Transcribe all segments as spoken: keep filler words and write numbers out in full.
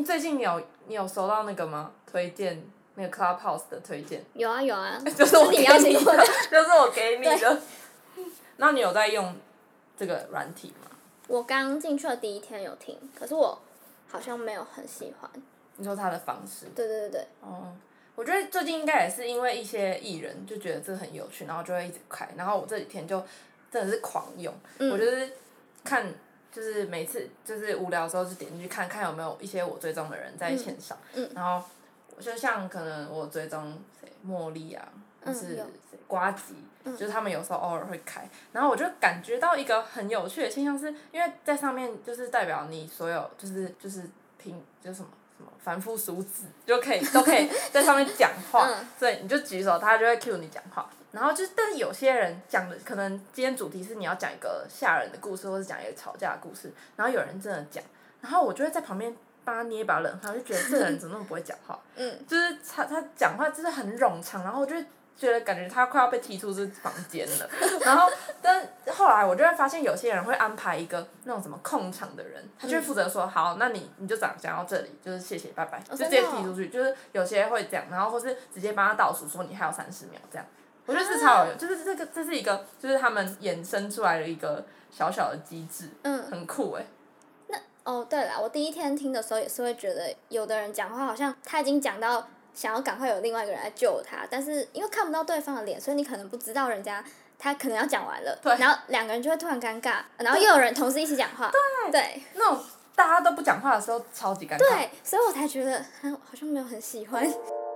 你最近有你有收到那个吗？推荐那个 Clubhouse 的推荐？ 有啊有啊， 就是我给你要你的， 听我的。 就是我给你的。那你有在用这个软体吗？ 我刚进去的第一天有听，可是我好像没有很喜欢。 你说他的方式？ 对对对对。 哦，我觉得最近应该也是因为一些艺人就觉得这很有趣，然后就会一直开，然后我这几天就真的是狂用， 嗯、 我就是看。就是每次就是无聊的时候就点进去看看有没有一些我追踪的人在线上， 嗯嗯、 然后就像可能我追踪谁茉莉啊，或是谁呱吉， 嗯、 就是他们有时候偶尔会开，然后我就感觉到一个很有趣的现象是，因为在上面就是代表你所有就是就是平就是什么。什么凡夫俗子就可以都可以在上面讲话， 嗯、 所以你就举手，他就会 cue 你讲话。然后就是，但是有些人讲的可能今天主题是你要讲一个吓人的故事，或是讲一个吵架的故事，然后有人真的讲，然后我就会在旁边帮他捏一把冷汗，就觉得这个人怎么那么不会讲话？ 嗯， 就是他他讲话就是很冗长，然后我就觉得感觉他快要被踢出这房间了。然后，但后来我就会发现有些人会安排一个那种什么控场的人，他就会负责说、嗯、好，那你你就讲讲到这里，就是谢谢拜拜，就直接踢出去。就是有些会这样，然后或是直接帮他倒数说你还有三十秒这样。我觉得是超有用，就是这个这是一个就是他们衍生出来的一个小小的机制， 嗯， 很酷哎、欸。 那哦对啦，我第一天听的时候也是会觉得有的人讲话好像他已经讲到想要赶快有另外一个人来救他，但是因为看不到对方的脸，所以你可能不知道人家他可能要讲完了，然后两个人就会突然尴尬，然后又有人同时一起讲话， 对， 对， 那种大家都不讲话的时候超级尴尬。 对，所以我才觉得好像没有很喜欢。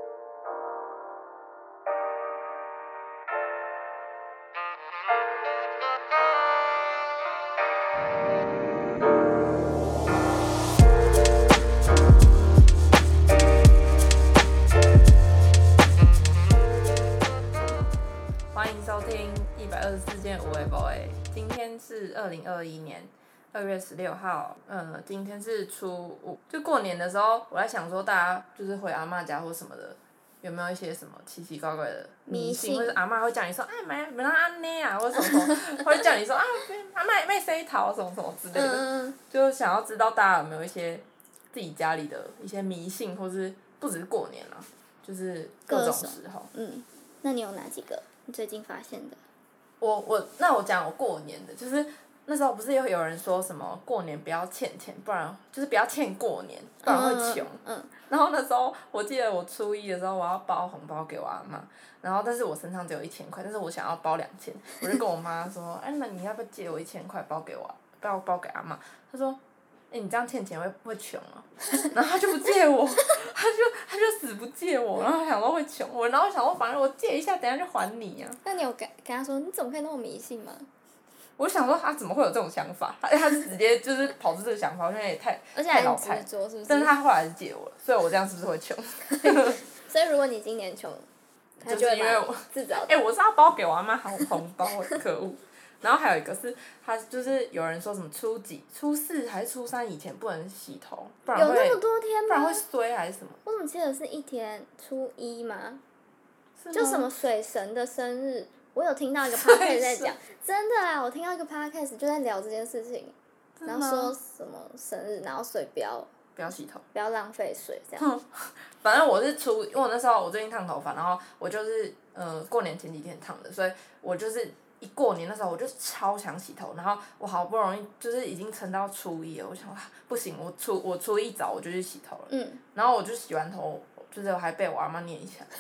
今天是二零二一年二月十六号，呃，今天是初五，就过年的时候，我在想说，大家就是回阿嬷家或什么的，有没有一些什么奇奇怪怪的迷信，或者阿嬷会叫你说，哎，买买让安内啊，或者什么什么，会叫你说啊，阿嬷卖谁桃什么什么之类的， 嗯、 就想要知道大家有没有一些自己家里的一些迷信，或是不只是过年啦，就是各种时候。 嗯，那你有哪几个你最近发现的？ 我我那我讲我过年的，就是那时候不是有有人说什么过年不要欠钱，不然就是不要欠过年，不然会穷。 嗯。嗯然后那时候我记得我初一的时候我要包红包给我阿嬷，然后但是我身上只有一千块，但是我想要包两千，我就跟我妈说，哎，那你要不要借我一千块包给我，包包给阿嬷？她说，哎，你这样欠钱会会穷啊。然后她就不借我，她就她就死不借我，然后想说会穷我，然后想说反正我借一下，等一下就还你啊。 那你有跟跟他说你怎么可以那么迷信吗？ 我想说他怎么会有这种想法？他他是直接就是跑出这个想法，好像也太太老派。 是不是？ 但是他后来是借我了，所以我这样是不是会穷？ 所以如果你今年穷，他就是因为我自找。 哎、欸，我是要包给我阿妈红红包，可恶！然后还有一个是，他就是有人说什么初几、初四还是初三以前不能洗头，不然会有那么多天吗？ 不然会衰还是什么？ 我怎么记得是一天初一吗？ 是吗？ 就什么水神的生日。我有听到一个 podcast 在讲，真的啊！我听到一个 podcast 就在聊这件事情，然后说什么生日，然后水不要不要洗头， 不要浪费水这样。 反正我是初，因为我那时候我最近烫头发，然后我就是呃过年前几天烫的，所以我就是一过年那时候我就超想洗头，然后我好不容易就是已经撑到初一了，我想不行，我初我初一早我就去洗头了， 嗯， 然后我就洗完头，就是我还被我阿妈念一下。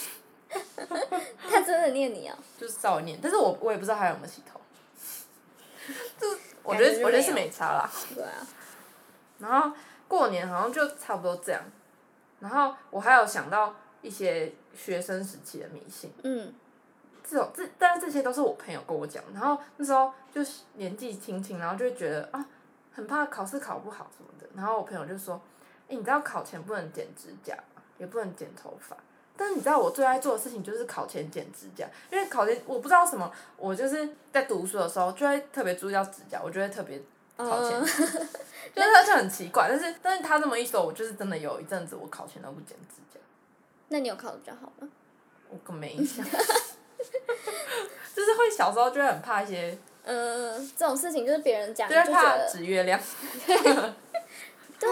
他真的念你啊、喔？ 就是稍微念，但是我我也不知道他有没有洗头，就是我觉得我觉得是没差啦。 对啊。 然后过年好像就差不多这样，然后我还有想到一些学生时期的迷信。 嗯。 这种这但是这些都是我朋友跟我讲，然后那时候就是年纪轻轻，然后就会觉得啊，很怕考试考不好什么的，然后我朋友就说，哎、欸，你知道考前不能剪指甲吗？也不能剪头发。但是你知道我最爱做的事情就是考前剪指甲，因为考前我不知道什么，我就是在读书的时候就会特别注意到指甲，我就会特别考前，嗯、就是它就很奇怪，但是但是他这么一说，我就是真的有一阵子我考前都不剪指甲。 那你有考得比较好吗？ 我更没印象，就是会小时候就会很怕一些， 嗯、呃，这种事情就是别人讲， 就会怕指月亮。 对，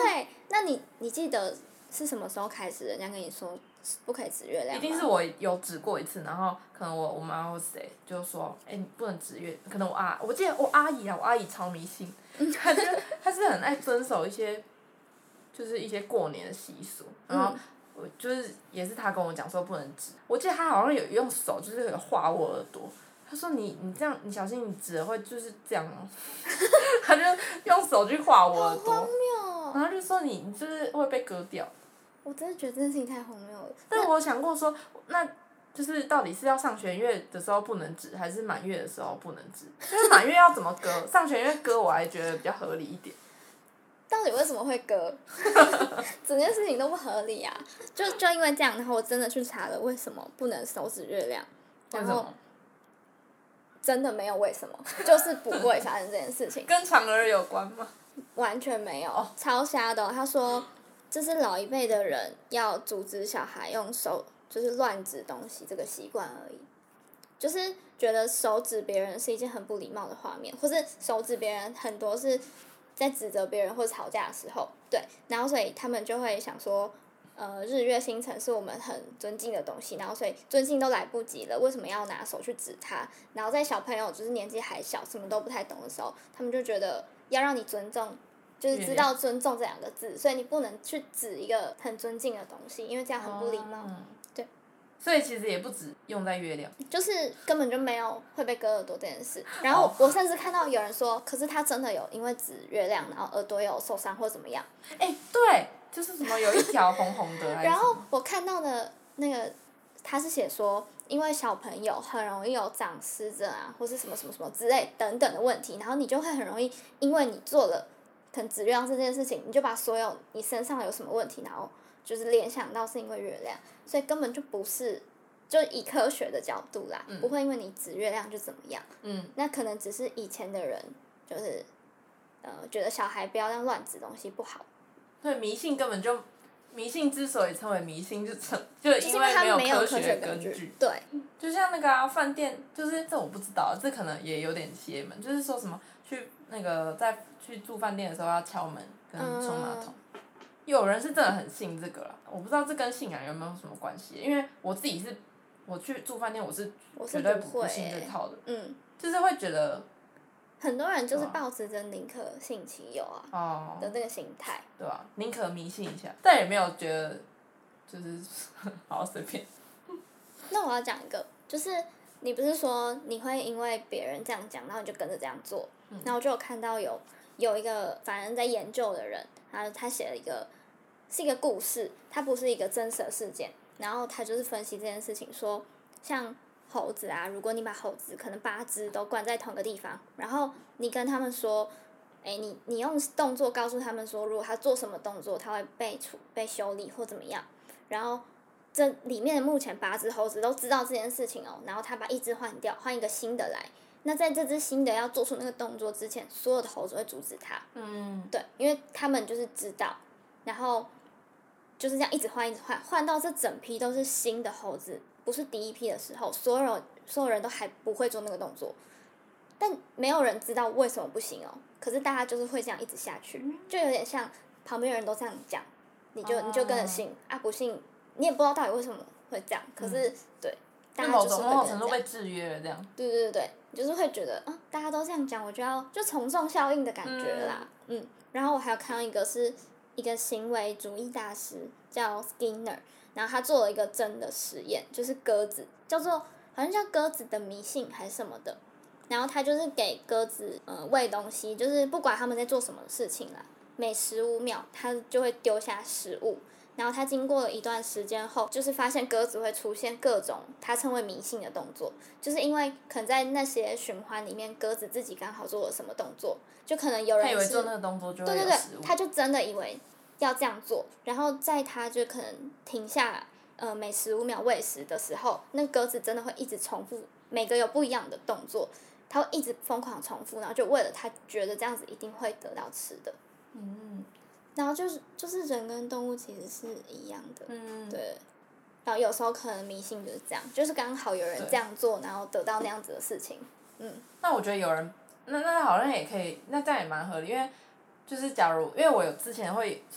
那你你记得是什么时候开始人家跟你说不可以指月亮吗？ 一定是我有指过一次，然后可能我我妈或谁就说，哎、你不能指月，可能我阿，我记得我阿姨啊，我阿姨超迷信，她就她是很爱遵守一些，就是一些过年的习俗，然后我就是也是她跟我讲说不能指，我记得她好像有用手就是有划我耳朵。她说你你这样你小心你指了会就是这样哦，她就用手去划我耳朵， 好荒谬哦！ 然后就说你你就是会被割掉。 我真的觉得这件事情太荒谬了。 但我想过说，那就是到底是要上弦月的时候不能指，还是满月的时候不能指？因为满月要怎么割？上弦月割我还觉得比较合理一点。 到底为什么会割？整件事情都不合理啊！就就因为这样，然后我真的去查了为什么不能手指月亮，然后真的没有为什么，就是不会发生这件事情。 跟嫦娥有关吗？ 完全没有，超瞎的、哦。他说，这是老一辈的人要阻止小孩用手就是乱指东西这个习惯而已，就是觉得手指别人是一件很不礼貌的画面，或是手指别人很多是在指责别人或者吵架的时候，对，然后所以他们就会想说，呃，日月星辰是我们很尊敬的东西，然后所以尊敬都来不及了，为什么要拿手去指它？然后在小朋友就是年纪还小，什么都不太懂的时候，他们就觉得要让你尊重。就是知道尊重这两个字，所以你不能去指一个很尊敬的东西，因为这样很不礼貌。哦、对。 所以其实也不止用在月亮。 就是根本就没有会被割耳朵这件事。然后我甚至看到有人说，可是他真的有因为指月亮，然后耳朵有受伤或怎么样。 哎、欸，对，就是什么有一条红红的。 然后我看到的那个，他是写说，因为小朋友很容易有长湿疹啊，或是什么什么什么之类等等的问题，然后你就会很容易，因为你做了。可能指月亮这件事情，你就把所有你身上有什么问题，然后就是联想到是因为月亮，所以根本就不是，就以科学的角度啦，嗯、不会因为你指月亮就怎么样。嗯。那可能只是以前的人，就是呃，觉得小孩不要让乱指东西不好。 对，迷信根本就，迷信之所以称为迷信，就成就因为没有科学根据。 对。 就像那个啊，饭店，就是这我不知道，这可能也有点邪门，就是说什么去那个在。去住饭店的时候要敲门跟冲马桶，嗯、有人是真的很信这个啦，我不知道这跟信仰有没有什么关系，因为我自己是，我去住饭店我是绝对不信这套的，嗯，就是会觉得， 很多人就是抱持着宁可信其有啊，哦、的那个心态， 对吧、啊？宁可迷信一下，但也没有觉得，就是好随便。 那我要讲一个，就是你不是说你会因为别人这样讲，然后你就跟着这样做，嗯、然后就有看到有。有一个反正在研究的人，他他写了一个是一个故事，它不是一个真实的事件，然后他就是分析这件事情，说像猴子啊，如果你把猴子可能八只都关在同个地方，然后你跟他们说，哎，你你用动作告诉他们说，如果他做什么动作，他会被处被修理或怎么样，然后这里面的目前八只猴子都知道这件事情哦，然后他把一只换掉，换一个新的来。那在这只新的要做出那个动作之前，所有的猴子会阻止他。嗯。对，因为他们就是知道，然后就是这样一直换一直换，换到这整批都是新的猴子，不是第一批的时候，所有所有人都还不会做那个动作，但没有人知道为什么不行哦。可是大家就是会这样一直下去，就有点像旁边人都这样讲，你就、哦、你就跟着信啊，不信你也不知道到底为什么会这样，可是、嗯、对。大家就是会某种程度被制约了，这样。 对对对，你就是会觉得啊，大家都这样讲，我就要就从众效应的感觉啦，嗯, 嗯。然后我还有看到一个是一个行为主义大师叫 Skinner， 然后他做了一个真的实验，就是鸽子，叫做好像叫鸽子的迷信还是什么的，然后他就是给鸽子呃喂东西，就是不管他们在做什么事情啦，每十五秒他就会丢下食物。然后他经过了一段时间后，就是发现鸽子会出现各种他称为迷信的动作，就是因为可能在那些循环里面，鸽子自己刚好做了什么动作，就可能有人是他以为做那个动作就会有食物， 对对对，他就真的以为要这样做，然后在他就可能停下呃每十五秒喂食的时候，那鸽子真的会一直重复，每个有不一样的动作，它会一直疯狂重复，然后就为了他觉得这样子一定会得到吃的。嗯。然后就是就是人跟动物其实是一样的，嗯、对。然后有时候可能迷信就是这样，就是刚好有人这样做，然后得到那样子的事情，嗯。 那我觉得有人，那那好像也可以，那这样也蛮合理，因为就是假如因为我有之前会就是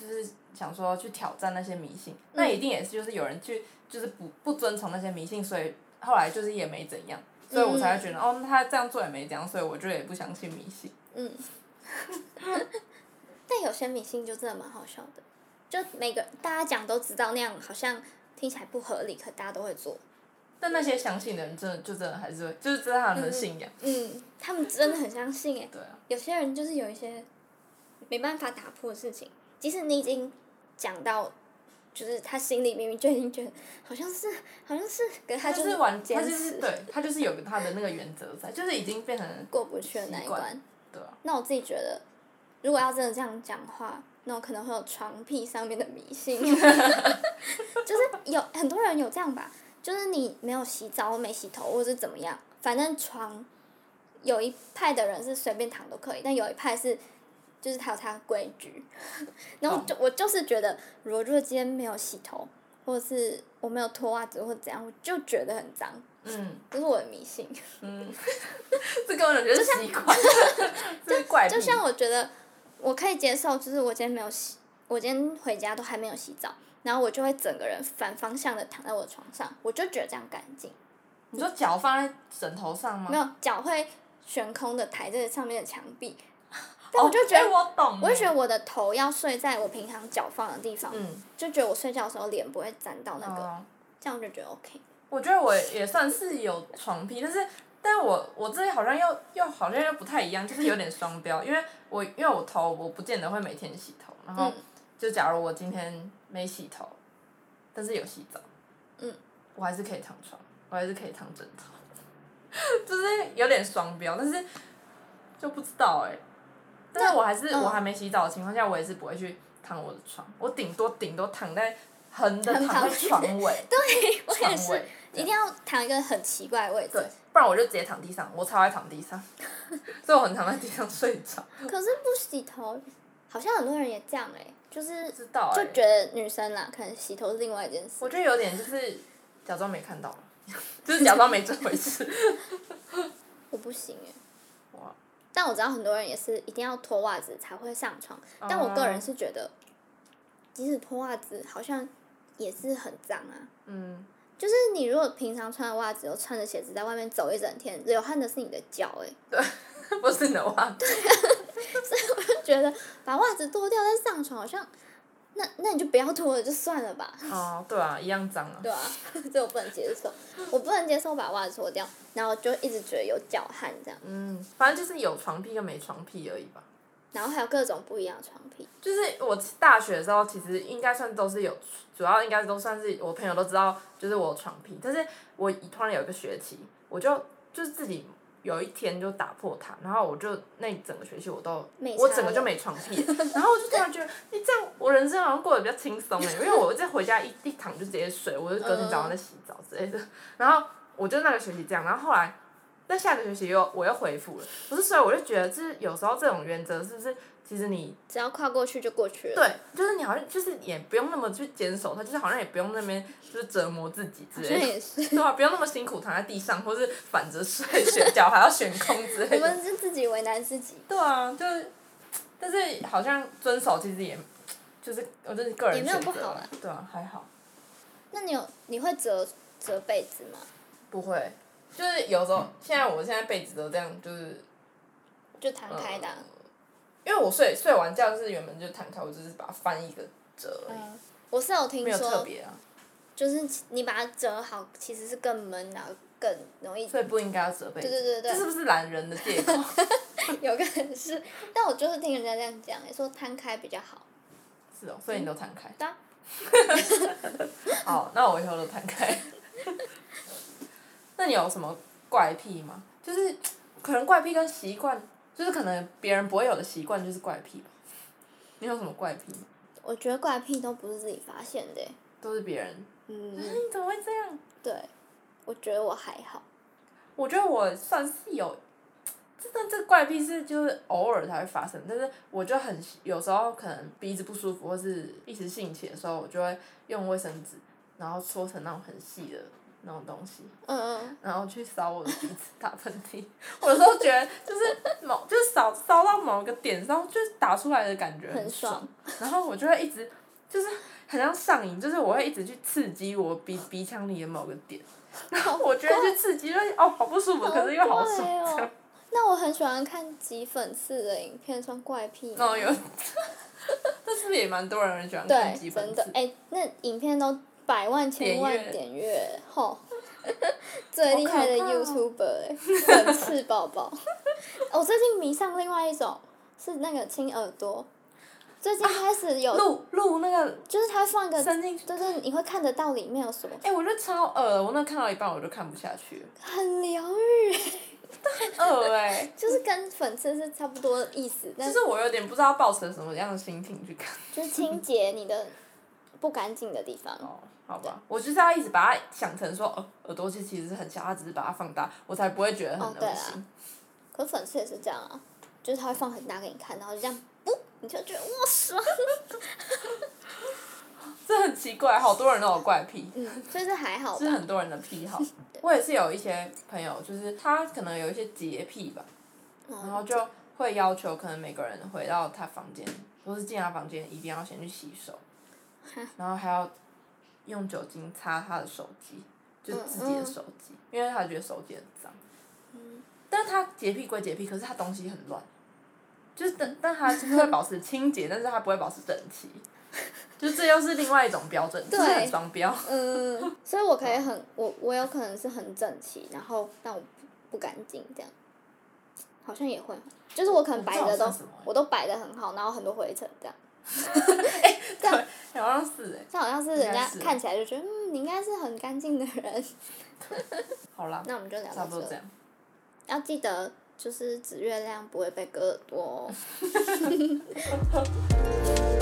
想说去挑战那些迷信，那一定也是就是有人去就是不不遵从那些迷信，所以后来就是也没怎样，所以我才会觉得、嗯、哦他这样做也没怎样，所以我就也不相信迷信。 嗯。但有些迷信就真的蛮好笑的，就每个大家讲都知道那样好像听起来不合理，可大家都会做。 但那些相信的人真的就真的还是会，就是知道他们的信仰。 嗯。嗯，他们真的很相信哎。 对啊。 有些人就是有一些没办法打破的事情，即使你已经讲到，就是他心里明明就已经觉得好像是好像是，可是他就是完坚持。 他就是对他就是有他的那个原则在，就是已经变成过不去的那一关。 对啊。 那我自己觉得，如果要真的这样讲话，那我可能会有床癖上面的迷信。就是有很多人有这样吧，就是你没有洗澡或没洗头或是怎么样，反正床有一派的人是随便躺都可以，但有一派是就是他有他的规矩。然后就、oh. 我就是觉得，如果如果今天没有洗头，或者是我没有脱袜子或者怎样，我就觉得很脏。 嗯。 这是我的迷信。 嗯。这个我觉得是习惯。这是怪癖。 就像我觉得我可以接受，就是我今天没有洗，我今天回家都还没有洗澡，然后我就会整个人反方向的躺在我的床上，我就觉得这样干净。 你说脚放在枕头上吗？ 没有，脚会悬空的抬在上面的墙壁。但我就觉得， 哦欸、我懂。 我就觉得我的头要睡在我平常脚放的地方， 嗯、 就觉得我睡觉的时候脸不会沾到那个， 哦、 这样我就觉得 OK。 我觉得我也算是有床癖，但是，但我我这里好像又又好像又不太一样，就是有点双标，因为我因为我头我不见得会每天洗头，然后、嗯、就假如我今天没洗头，但是有洗澡， 嗯， 我还是可以躺床，我还是可以躺枕头，就是有点双标，但是就不知道哎、欸。但是我还是、嗯、我还没洗澡的情况下，我也是不会去躺我的床，我顶多顶多躺在横的躺在床尾， 对，我也是，一定要躺一个很奇怪的位置， 对，不然我就直接躺地上，我超爱躺地上，所以我很常在地上睡着。 可是不洗头，好像很多人也这样哎、欸，就是知道、欸、 就觉得女生啦，可能洗头是另外一件事。 我觉得有点就是假装没看到，就是假装没这回事。 我不行哎、 欸。哇。 但我知道很多人也是一定要脱袜子才会上床，嗯、但我个人是觉得，即使脱袜子好像也是很脏啊。 嗯。 就是你如果平常穿的袜子，又穿着鞋子在外面走一整天，流汗的是你的脚哎、欸。 对，不是你的袜子。 对啊，所以我就觉得把袜子脱掉再上床，好像，那那你就不要脱了就算了吧。 哦，对啊，一样脏啊。 对啊，这我不能接受，我不能接受把袜子脱掉，然后就一直觉得有脚汗这样。 嗯，反正就是有床癖跟没床癖而已吧。 然后还有各种不一样的床癖。 就是我大学的时候，其实应该算都是有，主要应该都算是我朋友都知道，就是我有床癖。但是我突然有一个学期，我就就是自己有一天就打破它，然后我就那整个学期我都，我整个就没床癖。然后我就突然觉得，你这样我人生好像过得比较轻松哎，因为我这回家一一躺就直接睡，我就隔天早上在洗澡之类的。然后我就那个学期这样，然后后来。但下个学期又我又恢复了，不是，所以我就觉得，就是有时候这种原则是不是，其实你只要跨过去就过去了。 对，就是你好像就是也不用那么去坚守它，就是好像也不用那边就是折磨自己之类的， 也是对吧？不用那么辛苦躺在地上，或是反着睡，选脚还要悬空之类的。 我们是自己为难自己。 对啊，就是，但是好像遵守其实也，就是我就是个人选择。 也没有不好啦。 对啊，还好。 那你有你会折折被子吗？ 不会。就是有时候，现在我现在被子都这样，就是， 就弹开的、啊嗯。因为我睡睡完觉是原本就弹开，我只是把它翻一个折而已。 嗯、我是有听说。 没有特别啊。 就是你把它折好，其实是更闷然后更容易。 所以不应该要折被子。 对对对对。 这是不是懒人的借口？ 有可能是，但我就是听人家这样讲，说摊开比较好。 是哦，所以你都摊开。 对、啊。 好，那我以后都摊开。那你有什么怪癖吗？就是可能怪癖跟习惯，就是可能别人不会有的习惯就是怪癖吧。你有什么怪癖吗？ 我觉得怪癖都不是自己发现的。 都是别人。 嗯。 你怎么会这样？ 对，我觉得我还好。 我觉得我算是有，但这怪癖是就是偶尔才会发生，但是我就很有时候可能鼻子不舒服或是一时兴起的时候，我就会用卫生纸，然后搓成那种很细的。那种东西， 嗯嗯， 然后去烧我的鼻子打喷嚏，我有时候觉得就是某就是烧烧到某个点上，就是打出来的感觉很爽， 然后我就会一直就是很像上瘾，就是我会一直去刺激我鼻鼻腔里的某个点，然后我觉得去刺激，就哦好不舒服，可是又好爽。 好怪哦那我很喜欢看挤粉刺的影片，算怪癖吗？ 哦有，但是不是也蛮多人很喜欢看对， 挤粉刺？ 真的，哎、那影片都百万、千万点阅，吼，最厉害的 YouTuber 哎、粉刺宝宝。我最近迷上另外一种，是那个亲耳朵。最近开始有录录那个， 就是他放一个， 伸进去就是你会看得到里面有什么， 哎、我觉得超恶，我那看到一半我就看不下去了， 很疗愈， 很恶哎、 就是跟粉刺是差不多的意思，但就是我有点不知道抱持什么样的心情去看。 就是清洁你的不干净的地方。 哦，好吧，我就是要一直把它想成说，哦，耳朵其实是很小，它只是把它放大，我才不会觉得很哦对啦恶心。 可粉刺也是这样啊，就是他会放很大给你看，然后就这样，不，你就觉得哇爽。 这很奇怪，好多人都有怪癖。 嗯，所以这还好吧。 是很多人的癖好。我也是有一些朋友，就是他可能有一些洁癖吧， 嗯然后就会要求可能每个人回到他房间，或是进他房间一定要先去洗手，然后还要用酒精擦他的手机，就是自己的手机，因为他觉得手机很脏。但是他洁癖归洁癖，可是他东西很乱，就是但但他就是会保持清洁，但是他不会保持整齐。就这又是另外一种标准，就是很双标。 嗯，所以我可以很我我有可能是很整齐，然后但我不不干净这样，好像也会，就是我可能摆的都我, 我都摆的很好，然后很多灰尘这样。 哎、欸，对，好像是哎。 这好像是人家看起来就觉得，嗯，你应该是很干净的人。 好啦， 那我们就聊到这。 这样。 要记得，就是指月亮不会被割耳朵哦。